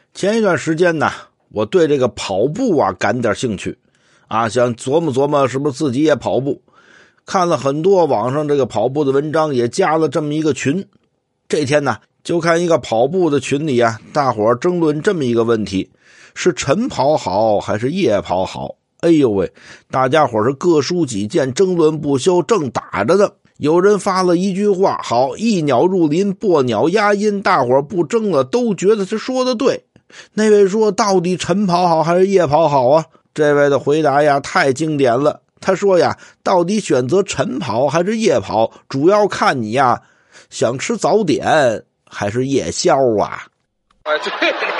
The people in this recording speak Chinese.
前一段时间呢，我对这个跑步啊感点兴趣啊，想琢磨琢磨是不是自己也跑步，看了很多网上这个跑步的文章，也加了这么一个群。这天呢，就看一个跑步的群里啊，大伙争论这么一个问题，是晨跑好还是夜跑好？哎呦喂，大家伙是各抒己见，争论不休，正打着呢。有人发了一句话，好，一鸟入林，破鸟压阴，大伙不争了，都觉得他说的对。那位说，到底晨跑好还是夜跑好啊？这位的回答呀，太经典了。他说呀，到底选择晨跑还是夜跑，主要看你呀，想吃早点还是夜宵啊？ 对。